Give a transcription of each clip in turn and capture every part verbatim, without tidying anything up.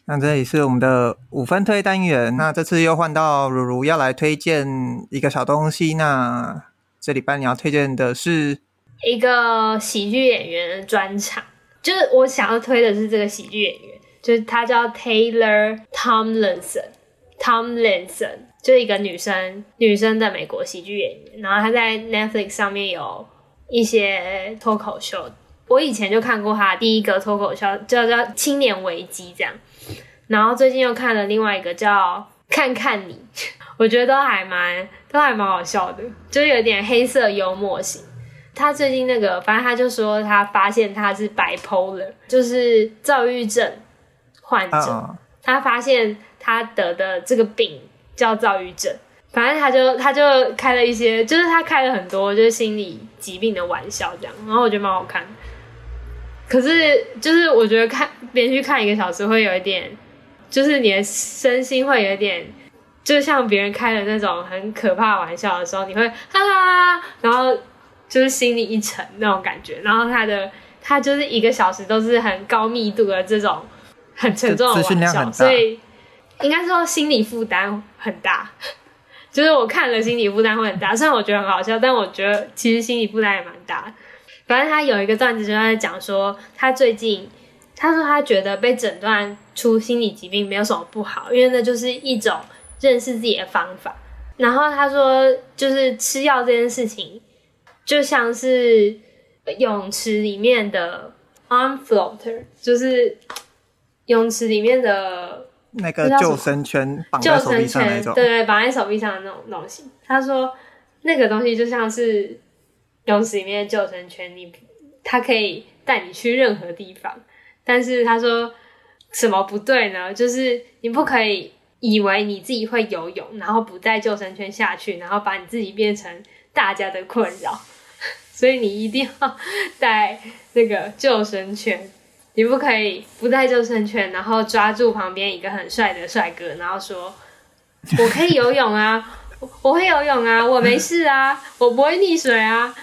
那这里是我们的五分推单元，那这次又换到如如要来推荐一个小东西，那这礼拜你要推荐的是一个喜剧演员的专场，就是我想要推的是这个喜剧演员，就是他叫 Taylor Tomlinson Tomlinson 就是一个女生女生的美国喜剧演员，然后他在 Netflix 上面有一些脱口秀，我以前就看过他第一个脱口秀叫叫青年危机这样，然后最近又看了另外一个叫看看你，我觉得都还蛮都还蛮好笑的，就是有点黑色幽默型。他最近那个反正他就说他发现他是 bipolar 就是躁郁症患者、uh. 他发现他得的这个病叫躁郁症，反正他就他就开了一些，就是他开了很多就是心理疾病的玩笑这样，然后我觉得蛮好看的。可是就是我觉得看连续看一个小时会有一点，就是你的身心会有一点，就像别人开了那种很可怕的玩笑的时候，你会哈哈哈，然后就是心里一沉那种感觉。然后他的他就是一个小时都是很高密度的这种很沉重的玩笑，所以应该说心理负担很大。就是我看了心理负担会很大，虽然我觉得很好笑，但我觉得其实心理负担也蛮大的。反正他有一个段子就在讲说，他最近他说他觉得被诊断出心理疾病没有什么不好，因为那就是一种认识自己的方法。然后他说就是吃药这件事情就像是泳池里面的 arm floater， 就是泳池里面的那个救生圈绑在手臂上那种， 对对，绑在手臂上的那种东西。他说那个东西就像是泳池里面的救生圈，你它可以带你去任何地方，但是他说什么不对呢？就是你不可以以为你自己会游泳，然后不带救生圈下去，然后把你自己变成大家的困扰。所以你一定要带那个救生圈，你不可以不带救生圈，然后抓住旁边一个很帅的帅哥，然后说我可以游泳啊，我会游泳啊，我没事啊，我不会溺水啊。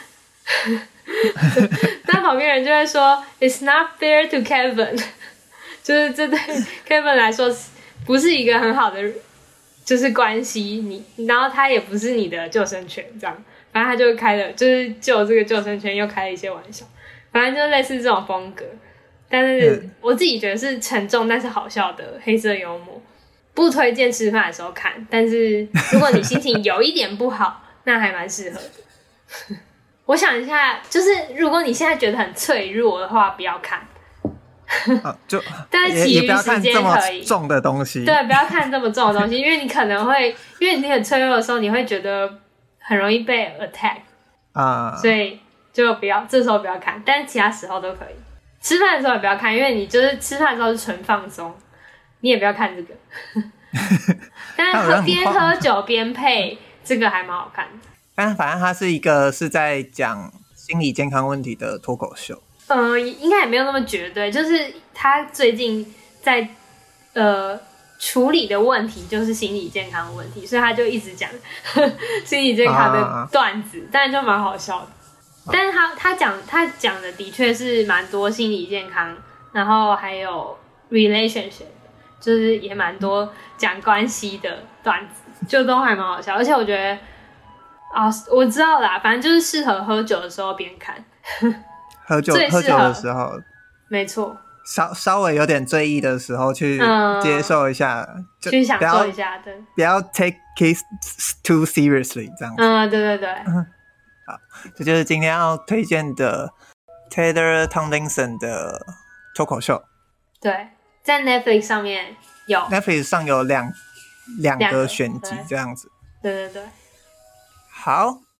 那旁边人就会说 It's not fair to Kevin， 就是这对 Kevin 来说不是一个很好的就是关系，你然后他也不是你的救生圈这样，反正他就开了就是救这个救生圈又开了一些玩笑，反正就类似这种风格，但是我自己觉得是沉重但是好笑的黑色幽默，不推荐吃饭的时候看，但是如果你心情有一点不好那还蛮适合的。我想一下，就是如果你现在觉得很脆弱的话不要看。 啊、就但是其余时间可以重的东西， 对，不要看这么重的东西，因为你可能会，因为你很脆弱的时候，你会觉得很容易被 attack 啊，所以就不要，这时候不要看，但是其他时候都可以。吃饭的时候也不要看，因为你就是吃饭的时候是纯放松，你也不要看这个。但是喝边喝酒边配这个还蛮好看的。 但反正它是一个是在讲心理健康问题的脱口秀。 嗯、呃，应该也没有那么绝对，就是他最近在呃处理的问题就是心理健康的问题，所以他就一直讲心理健康的段子，但就蛮好笑的。但是他他讲他讲的的确是蛮多心理健康，然后还有 relationship， 就是也蛮多讲关系的段子，就都还蛮好笑。而且我觉得啊，我知道啦，反正就是适合喝酒的时候边看。 喝酒喝酒的时候， 没错， 稍稍微有点醉意的时候去接受一下，嗯、就去享受一下，对， 不要 take it too seriously 这样子。 嗯，对对对。 好，这就是今天要推荐的 Taylor Tomlinson 的脱口秀。 对，在 Netflix 上面有 ，Netflix 上有两两个选集这样子。 对对对。 好。